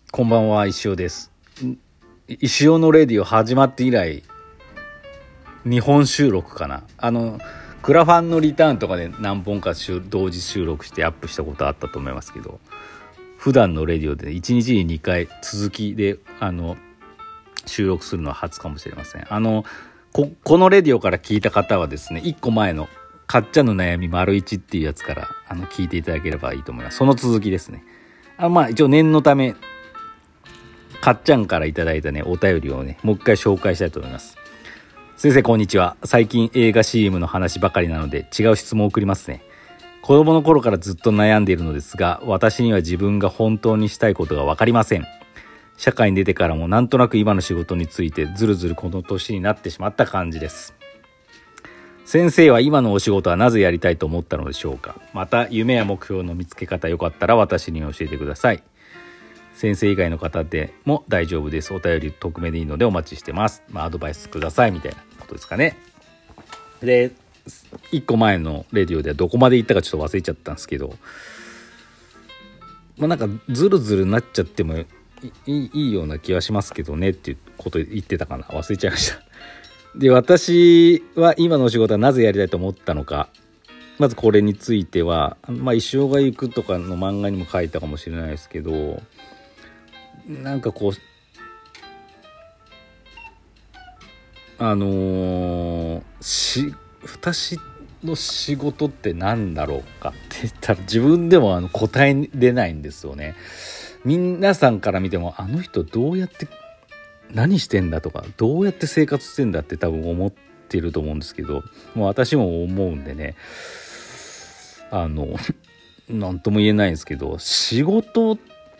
こんばんは、石尾です。石尾のレディオ始まって以来日本収録かな。クラファンのリターンとかで何本か同時収録してアップしたことあったと思いますけど、普段のレディオで1日に2回続きで収録するのは初かもしれません。このレディオから聞いた方はですね、1個前のかっちゃんの悩み1っていうやつから聞いていただければいいと思います。その続きですね。一応念のためかっちゃんからいただいたねお便りをねもう一回紹介したいと思います。先生こんにちは。最近映画 CM の話ばかりなので違う質問を送りますね。子供の頃からずっと悩んでいるのですが、私には自分が本当にしたいことが分かりません。社会に出てからもなんとなく今の仕事についてずるずるこの年になってしまった感じです。先生は今のお仕事はなぜやりたいと思ったのでしょうか。また夢や目標の見つけ方よかったら私に教えてください。先生以外の方でも大丈夫です。お便り匿名でいいのでお待ちしてます。アドバイスくださいみたいなことですかね。で1個前のレディオではどこまで行ったかちょっと忘れちゃったんですけど、なんかずるずるなっちゃってもいいような気はしますけどねっていうこと言ってたかな、忘れちゃいました。で、私は今のお仕事はなぜやりたいと思ったのか、まずこれについては石尾が行くとかの漫画にも書いたかもしれないですけど、なんかこう私の仕事って何だろうかって言ったら自分でも答えれないんですよね。皆さんから見てもあの人どうやって何してんだとかどうやって生活してんだって多分思ってると思うんですけど、もう私も思うんでね、なんとも言えないんですけど、仕事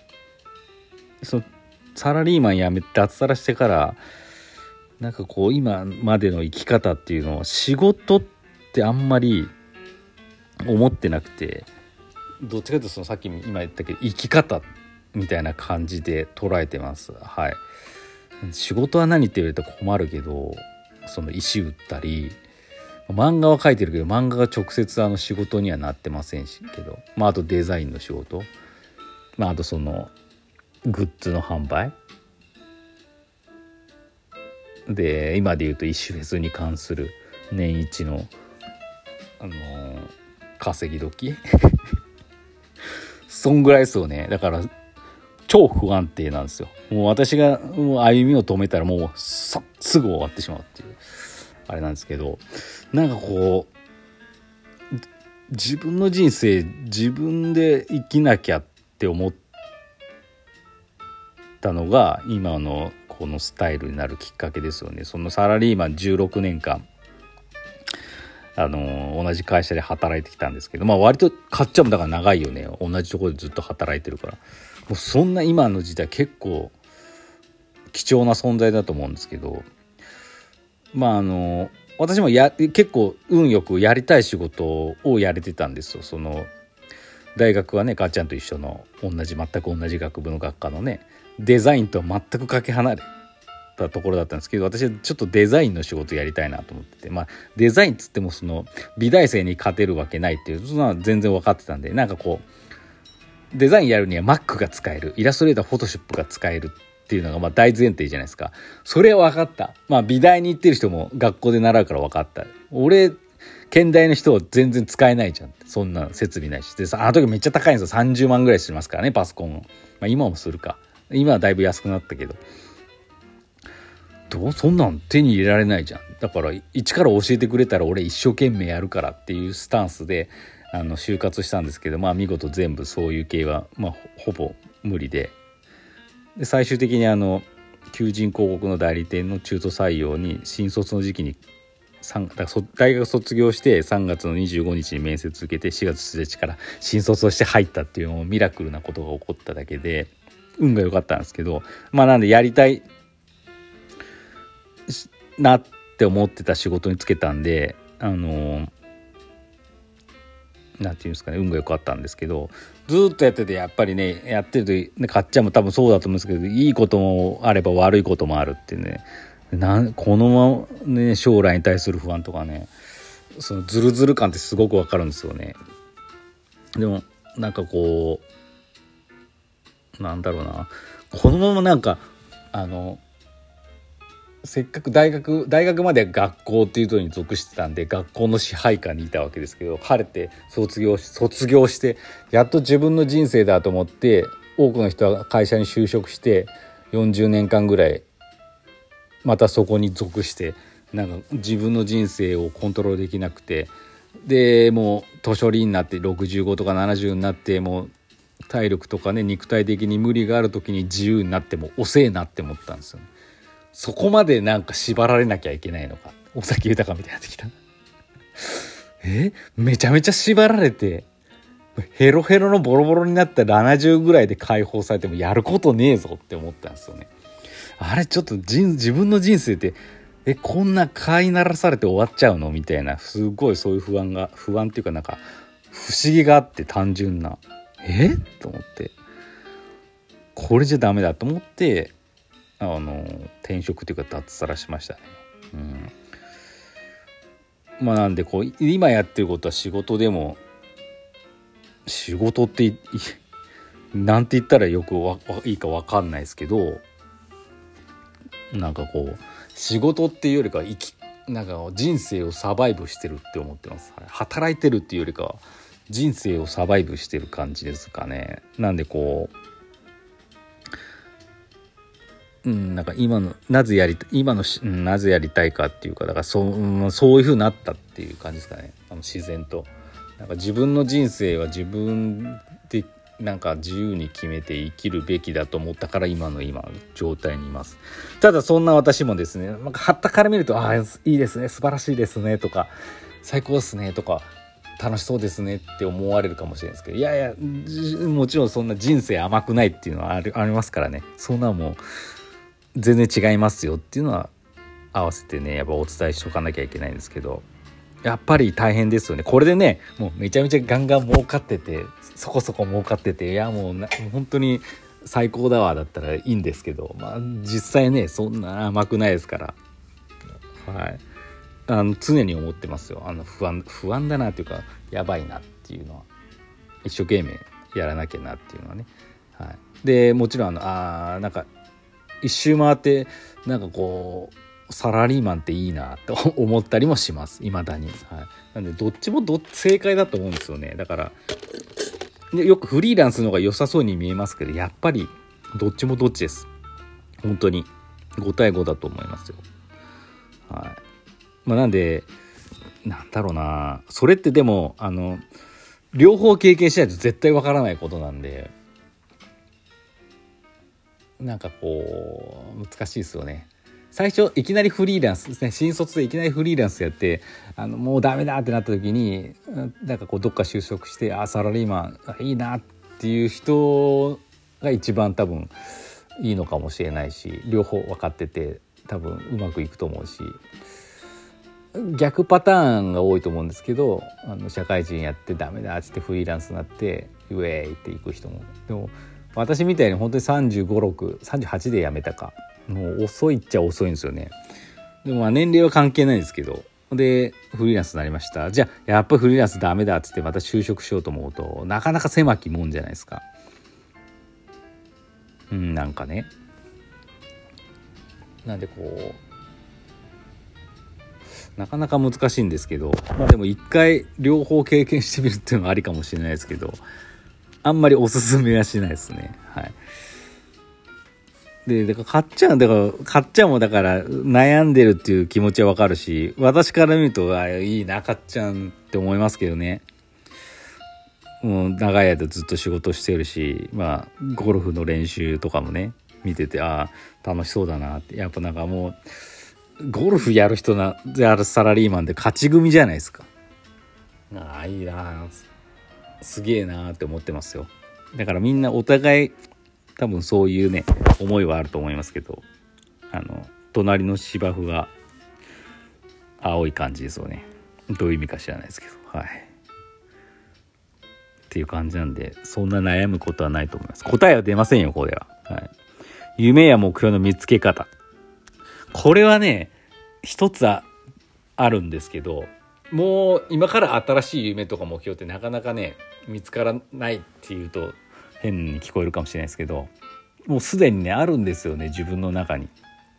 サラリーマン辞めて脱サラしてからなんかこう今までの生き方っていうのは仕事ってあんまり思ってなくて、どっちかというとさっき今言ったけど生き方みたいな感じで捉えてます。はい。仕事は何って言われたら困るけど、その石打ったり漫画は描いてるけど漫画が直接仕事にはなってませんしけど、あとデザインの仕事、あとそのグッズの販売で、今で言うと一種フェスに関する年一の稼ぎ時そんぐらいですよね。だから超不安定なんですよ。もう私が歩みを止めたらもうすぐ終わってしまうっていうあれなんですけど、なんかこう自分の人生自分で生きなきゃって思ったのが今のこのスタイルになるきっかけですよね。そのサラリーマン16年間同じ会社で働いてきたんですけど、割とかっちゃんもだから長いよね。同じところでずっと働いてるから、もうそんな今の時代結構貴重な存在だと思うんですけど、私も結構運よくやりたい仕事をやれてたんですよ。その大学はねかっちゃんと一緒の全く同じ学部の学科のねデザインとは全くかけ離れたところだったんですけど、私はちょっとデザインの仕事やりたいなと思ってて、デザインっつってもその美大生に勝てるわけないっていうのは全然分かってたんで、なんかこうデザインやるには Mac が使える、イラストレーター、フォトショップが使えるっていうのが大前提じゃないですか。それは分かった。美大に行ってる人も学校で習うから分かった。俺県大の人は全然使えないじゃん、そんな設備ないし。であの時めっちゃ高いんですよ。30万ぐらいしますからね、パソコン。今もするか、今はだいぶ安くなったけど、そんなん手に入れられないじゃん。だから一から教えてくれたら俺一生懸命やるからっていうスタンスで就活したんですけど、見事全部そういう系はほぼ無理で、最終的に求人広告の代理店の中途採用に新卒の時期に大学卒業して3月の25日に面接受けて4月1日から新卒をして入ったっていうミラクルなことが起こっただけで運が良かったんですけど、なんでやりたいなって思ってた仕事に就けたんでなんていうんですかね、運が良かったんですけど、ずっとやっててやっぱりねやってるとかっちゃんも多分そうだと思うんですけど、いいこともあれば悪いこともあるっていうね、このままね将来に対する不安とかね、そのズルズル感ってすごくわかるんですよね。でもなんかこなんだろうな、このままなんかせっかく大学まで学校っていうとに属してたんで、学校の支配下にいたわけですけど、晴れて卒業してやっと自分の人生だと思って、多くの人は会社に就職して40年間ぐらいまたそこに属して、なんか自分の人生をコントロールできなくて、でもう年寄りになって65とか70になって、もう体力とかね、肉体的に無理がある時に自由になっても遅えなって思ったんですよね。そこまでなんか縛られなきゃいけないのか、尾崎豊みたいになってきためちゃめちゃ縛られてヘロヘロのボロボロになった70ぐらいで解放されてもやることねえぞって思ったんですよね。あれちょっと自分の人生ってこんな飼いならされて終わっちゃうのみたいな、すごいそういう不安っていうか、なんか不思議があって、単純なと思って、これじゃダメだと思って転職っていうか脱サラしましたね。まあなんでこう今やってることは仕事でも、仕事ってなんて言ったらよくいいか分かんないですけど、なんかこう仕事っていうよりかなんか人生をサバイブしてるって思ってます。働いてるっていうよりかは人生をサバイブしてる感じですかね。なんでこうなんかなぜやりたいかっていうか、だからそういう風になったっていう感じですかね。自然となんか自分の人生は自分でなんか自由に決めて生きるべきだと思ったから今の状態にいます。ただそんな私もですね、なんか傍から見るといいですね、素晴らしいですねとか、最高ですねとか、楽しそうですねって思われるかもしれないですけど、いやもちろんそんな人生甘くないっていうのはありますからね。そんなもう全然違いますよっていうのは合わせてね、やっぱお伝えしとかなきゃいけないんですけど、やっぱり大変ですよね。これでね、もうめちゃめちゃガンガン儲かってて、そこそこ儲かってて、いやもう本当に最高だわだったらいいんですけど、実際ねそんな甘くないですから、常に思ってますよ。不安だなっていうか、やばいなっていうのは、一生懸命やらなきゃなっていうのはね。でもちろんなんか一周回ってなんかこうサラリーマンっていいなと思ったりもします、未だに。なんでどっちも正解だと思うんですよね。だからよくフリーランスの方が良さそうに見えますけど、やっぱりどっちもどっちです。本当に5対5だと思いますよ。なんでなんだろうな、それってでも両方経験しないと絶対わからないことなんで、なんかこう難しいですよね。最初いきなりフリーランスですね、新卒でいきなりフリーランスやってもうダメだってなった時に、なんかこうどっか就職してサラリーマンいいなっていう人が一番多分いいのかもしれないし、両方分かってて多分うまくいくと思うし、逆パターンが多いと思うんですけど、社会人やってダメだっつってフリーランスになってウェーイっていく人も。でも私みたいに本当に35、6、38で辞めたか、もう遅いっちゃ遅いんですよね。でも年齢は関係ないんですけど、でフリーランスになりました。じゃあやっぱりフリーランスダメだっつってまた就職しようと思うと、なかなか狭きもんじゃないですか。なんかね、なんでこうなかなか難しいんですけど、でも一回両方経験してみるっていうのはありかもしれないですけど、あんまりおすすめはしないですね。でだからかっちゃんもだから悩んでるっていう気持ちはわかるし、私から見るといいなかっちゃんって思いますけどね。もう長い間ずっと仕事してるし、ゴルフの練習とかもね見てて楽しそうだなって。やっぱなんかもうゴルフやる人やるサラリーマンで勝ち組じゃないですか。いいな、すげえなって思ってますよ。だからみんなお互い多分そういうね思いはあると思いますけど、隣の芝生が青い感じですよね。どういう意味か知らないですけど、っていう感じなんで、そんな悩むことはないと思います。答えは出ませんよこれは。夢や目標の見つけ方、これはね一つあるんですけど、もう今から新しい夢とか目標ってなかなかね見つからないっていうと変に聞こえるかもしれないですけど、もうすでにねあるんですよね、自分の中に。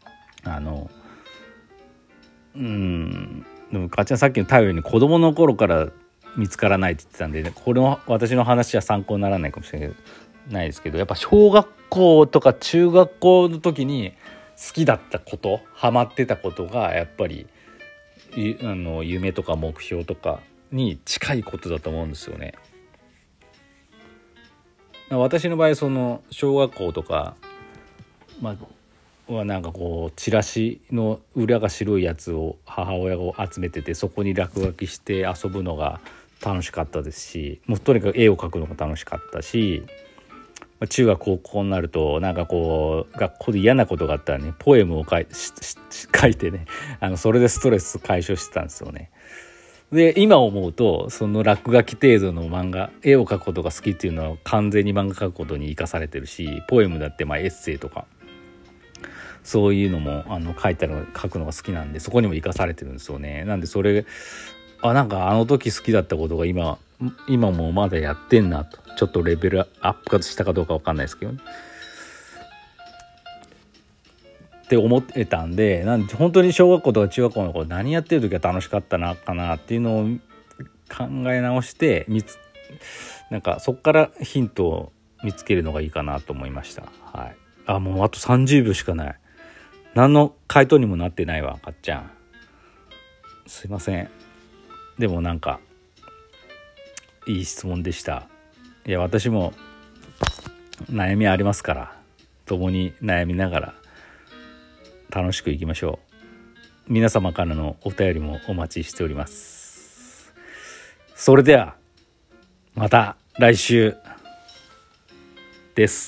でもかっちゃんさっきの太陽に子供の頃から見つからないって言ってたんで、ね、これも私の話は参考にならないかもしれないですけど、やっぱ小学校とか中学校の時に好きだったこと、ハマってたことがやっぱり夢とか目標とかに近いことだと思うんですよね。私の場合その小学校とか、はなんかこうチラシの裏が白いやつを母親が集めてて、そこに落書きして遊ぶのが楽しかったですし、もうとにかく絵を描くのが楽しかったし、中学高校になるとなんかこう学校で嫌なことがあったらね、ポエムを書いてね、それでストレス解消してたんですよね。で今思うとその落書き程度の漫画、絵を描くことが好きっていうのは完全に漫画描くことに生かされてるし、ポエムだってエッセイとかそういうのも書くのが好きなんで、そこにも生かされてるんですよね。なんでそれなんかあの時好きだったことが今もまだやってんなと、ちょっとレベルアップしたかどうか分かんないですけどねって思ってたんで、なんで本当に小学校とか中学校の頃何やってる時は楽しかったなかなっていうのを考え直してなんかそっからヒントを見つけるのがいいかなと思いました。はい。もうあと30秒しかない。何の回答にもなってないわ、かっちゃん。すいません。でもなんかいい質問でした。いや私も悩みありますから、共に悩みながら楽しくいきましょう。皆様からのお便りもお待ちしております。それではまた来週です。